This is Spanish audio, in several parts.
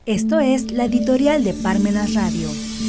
Esto es la editorial de Parmenas Radio.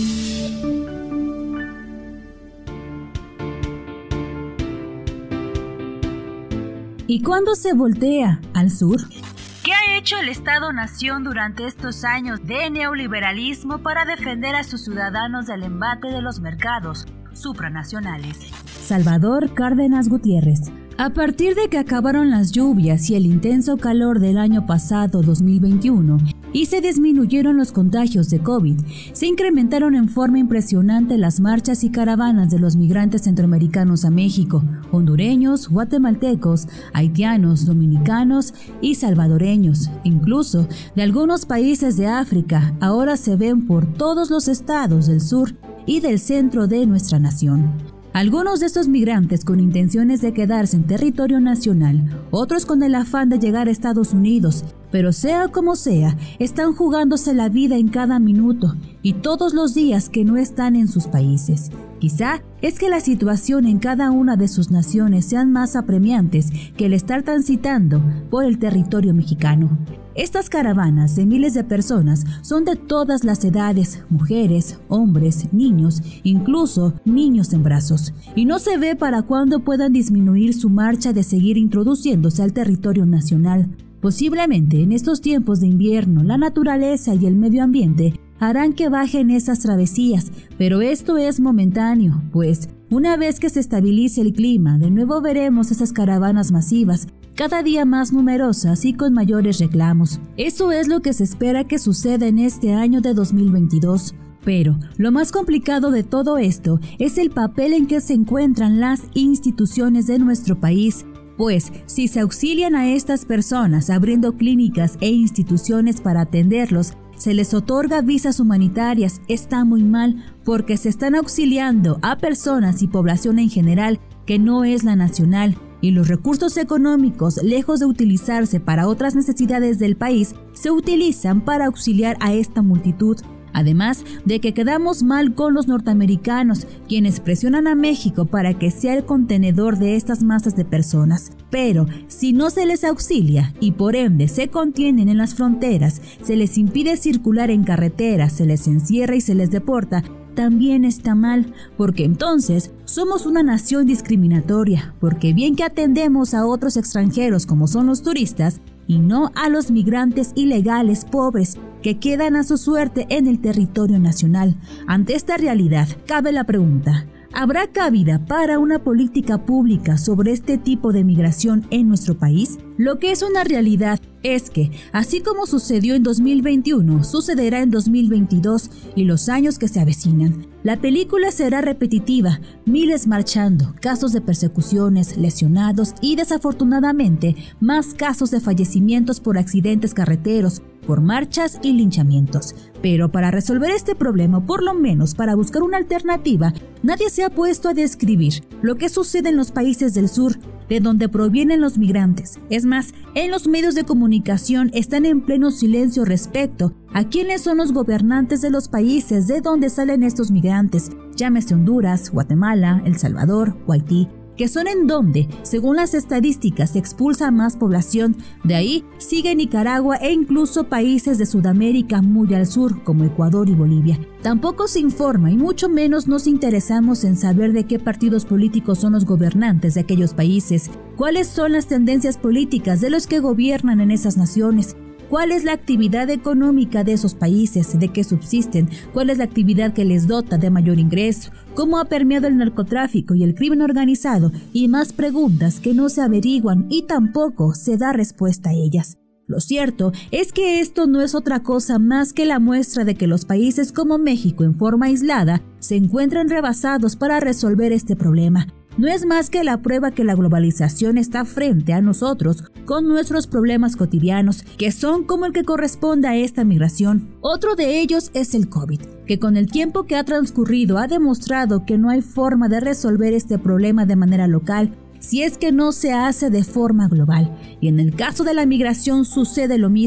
¿Y cuándo se voltea al sur? ¿Qué ha hecho el Estado-Nación durante estos años de neoliberalismo para defender a sus ciudadanos del embate de los mercados supranacionales? Salvador Cárdenas Gutiérrez. A partir de que acabaron las lluvias y el intenso calor del año pasado 2021 y se disminuyeron los contagios de COVID, se incrementaron en forma impresionante las marchas y caravanas de los migrantes centroamericanos a México, hondureños, guatemaltecos, haitianos, dominicanos y salvadoreños, incluso de algunos países de África. Ahora se ven por todos los estados del sur y del centro de nuestra nación. Algunos de estos migrantes con intenciones de quedarse en territorio nacional, otros con el afán de llegar a Estados Unidos, pero sea como sea, están jugándose la vida en cada minuto y todos los días que no están en sus países. Quizá es que la situación en cada una de sus naciones sean más apremiantes que el estar transitando por el territorio mexicano. Estas caravanas de miles de personas son de todas las edades, mujeres, hombres, niños, incluso niños en brazos, y no se ve para cuándo puedan disminuir su marcha de seguir introduciéndose al territorio nacional. Posiblemente en estos tiempos de invierno, la naturaleza y el medio ambiente harán que bajen esas travesías, pero esto es momentáneo, pues una vez que se estabilice el clima, de nuevo veremos esas caravanas masivas, cada día más numerosas y con mayores reclamos. Eso es lo que se espera que suceda en este año de 2022. Pero lo más complicado de todo esto es el papel en que se encuentran las instituciones de nuestro país. Pues, si se auxilian a estas personas abriendo clínicas e instituciones para atenderlos, se les otorga visas humanitarias, está muy mal, porque se están auxiliando a personas y población en general que no es la nacional, y los recursos económicos, lejos de utilizarse para otras necesidades del país, se utilizan para auxiliar a esta multitud. Además de que quedamos mal con los norteamericanos, quienes presionan a México para que sea el contenedor de estas masas de personas. Pero si no se les auxilia y por ende se contienen en las fronteras, se les impide circular en carreteras, se les encierra y se les deporta, también está mal, porque entonces somos una nación discriminatoria, porque bien que atendemos a otros extranjeros como son los turistas, y no a los migrantes ilegales pobres que quedan a su suerte en el territorio nacional. Ante esta realidad, cabe la pregunta: ¿habrá cabida para una política pública sobre este tipo de migración en nuestro país? Lo que es una realidad es que, así como sucedió en 2021, sucederá en 2022 y los años que se avecinan. La película será repetitiva, miles marchando, casos de persecuciones, lesionados y desafortunadamente más casos de fallecimientos por accidentes carreteros, por marchas y linchamientos. Pero para resolver este problema, por lo menos para buscar una alternativa, nadie se ha puesto a describir lo que sucede en los países del sur, de donde provienen los migrantes. Es más, en los medios de comunicación están en pleno silencio respecto a quiénes son los gobernantes de los países de donde salen estos migrantes, llámese Honduras, Guatemala, El Salvador o Haití, que son en donde, según las estadísticas, se expulsa más población. De ahí sigue Nicaragua e incluso países de Sudamérica muy al sur, como Ecuador y Bolivia. Tampoco se informa y mucho menos nos interesamos en saber de qué partidos políticos son los gobernantes de aquellos países, cuáles son las tendencias políticas de los que gobiernan en esas naciones, cuál es la actividad económica de esos países, de qué subsisten, cuál es la actividad que les dota de mayor ingreso, cómo ha permeado el narcotráfico y el crimen organizado y más preguntas que no se averiguan y tampoco se da respuesta a ellas. Lo cierto es que esto no es otra cosa más que la muestra de que los países como México en forma aislada se encuentran rebasados para resolver este problema. No es más que la prueba que la globalización está frente a nosotros con nuestros problemas cotidianos, que son como el que corresponde a esta migración. Otro de ellos es el COVID, que con el tiempo que ha transcurrido ha demostrado que no hay forma de resolver este problema de manera local, si es que no se hace de forma global. Y en el caso de la migración sucede lo mismo.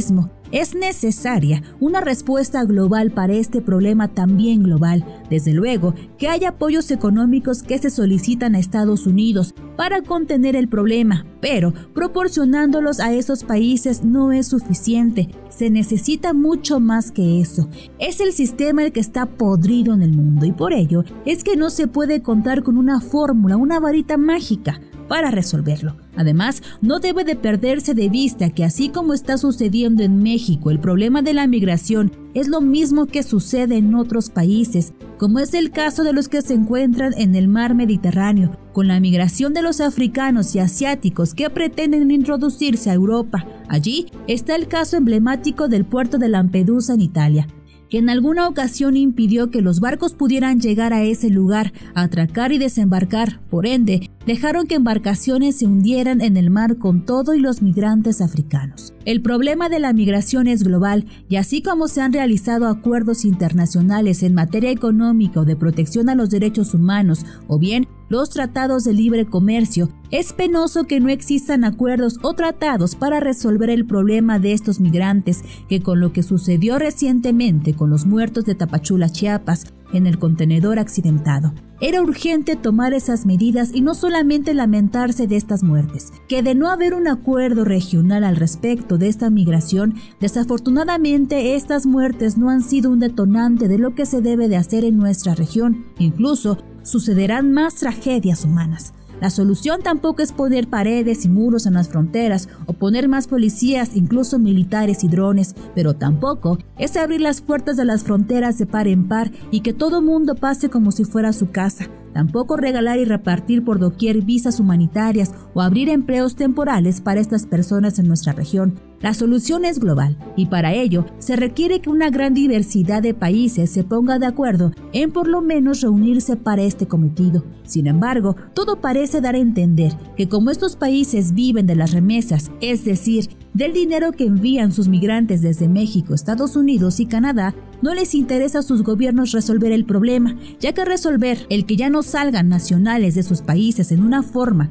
Es necesaria una respuesta global para este problema también global. Desde luego que hay apoyos económicos que se solicitan a Estados Unidos para contener el problema, pero proporcionándolos a esos países no es suficiente. Se necesita mucho más que eso. Es el sistema el que está podrido en el mundo y por ello es que no se puede contar con una fórmula, una varita mágica para resolverlo. Además, no debe de perderse de vista que así como está sucediendo en México, el problema de la migración es lo mismo que sucede en otros países, como es el caso de los que se encuentran en el mar Mediterráneo, con la migración de los africanos y asiáticos que pretenden introducirse a Europa. Allí está el caso emblemático del puerto de Lampedusa en Italia, que en alguna ocasión impidió que los barcos pudieran llegar a ese lugar, atracar y desembarcar. Por ende, dejaron que embarcaciones se hundieran en el mar con todo y los migrantes africanos. El problema de la migración es global y así como se han realizado acuerdos internacionales en materia económica o de protección a los derechos humanos o bien los tratados de libre comercio, es penoso que no existan acuerdos o tratados para resolver el problema de estos migrantes, que con lo que sucedió recientemente con los muertos de Tapachula, Chiapas, en el contenedor accidentado. Era urgente tomar esas medidas y no solamente lamentarse de estas muertes, que de no haber un acuerdo regional al respecto de esta migración, desafortunadamente estas muertes no han sido un detonante de lo que se debe de hacer en nuestra región. Incluso sucederán más tragedias humanas. La solución tampoco es poner paredes y muros en las fronteras o poner más policías, incluso militares y drones, pero tampoco es abrir las puertas de las fronteras de par en par y que todo mundo pase como si fuera su casa. Tampoco regalar y repartir por doquier visas humanitarias o abrir empleos temporales para estas personas en nuestra región. La solución es global y para ello se requiere que una gran diversidad de países se ponga de acuerdo en por lo menos reunirse para este cometido. Sin embargo, todo parece dar a entender que como estos países viven de las remesas, es decir, del dinero que envían sus migrantes desde México, Estados Unidos y Canadá, no les interesa a sus gobiernos resolver el problema, ya que resolver el que ya no salgan nacionales de sus países es una forma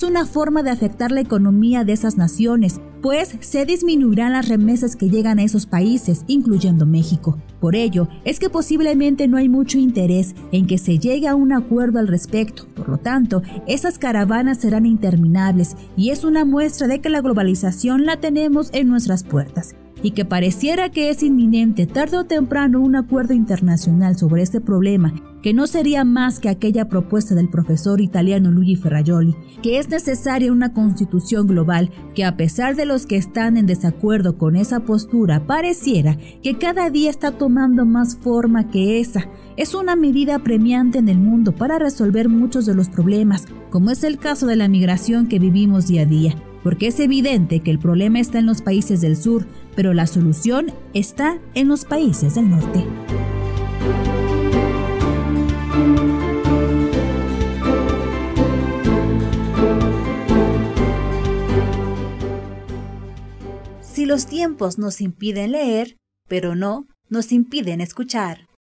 de afectar la economía de esas naciones, pues se disminuirán las remesas que llegan a esos países, incluyendo México. Por ello, es que posiblemente no hay mucho interés en que se llegue a un acuerdo al respecto. Por lo tanto, esas caravanas serán interminables y es una muestra de que la globalización la tenemos en nuestras puertas y que pareciera que es inminente tarde o temprano un acuerdo internacional sobre este problema, que no sería más que aquella propuesta del profesor italiano Luigi Ferrajoli, que es necesaria una constitución global, que a pesar de los que están en desacuerdo con esa postura, pareciera que cada día está tomando más forma que esa. Es una medida apremiante en el mundo para resolver muchos de los problemas, como es el caso de la migración que vivimos día a día, porque es evidente que el problema está en los países del sur, pero la solución está en los países del norte. Si los tiempos nos impiden leer, pero no nos impiden escuchar.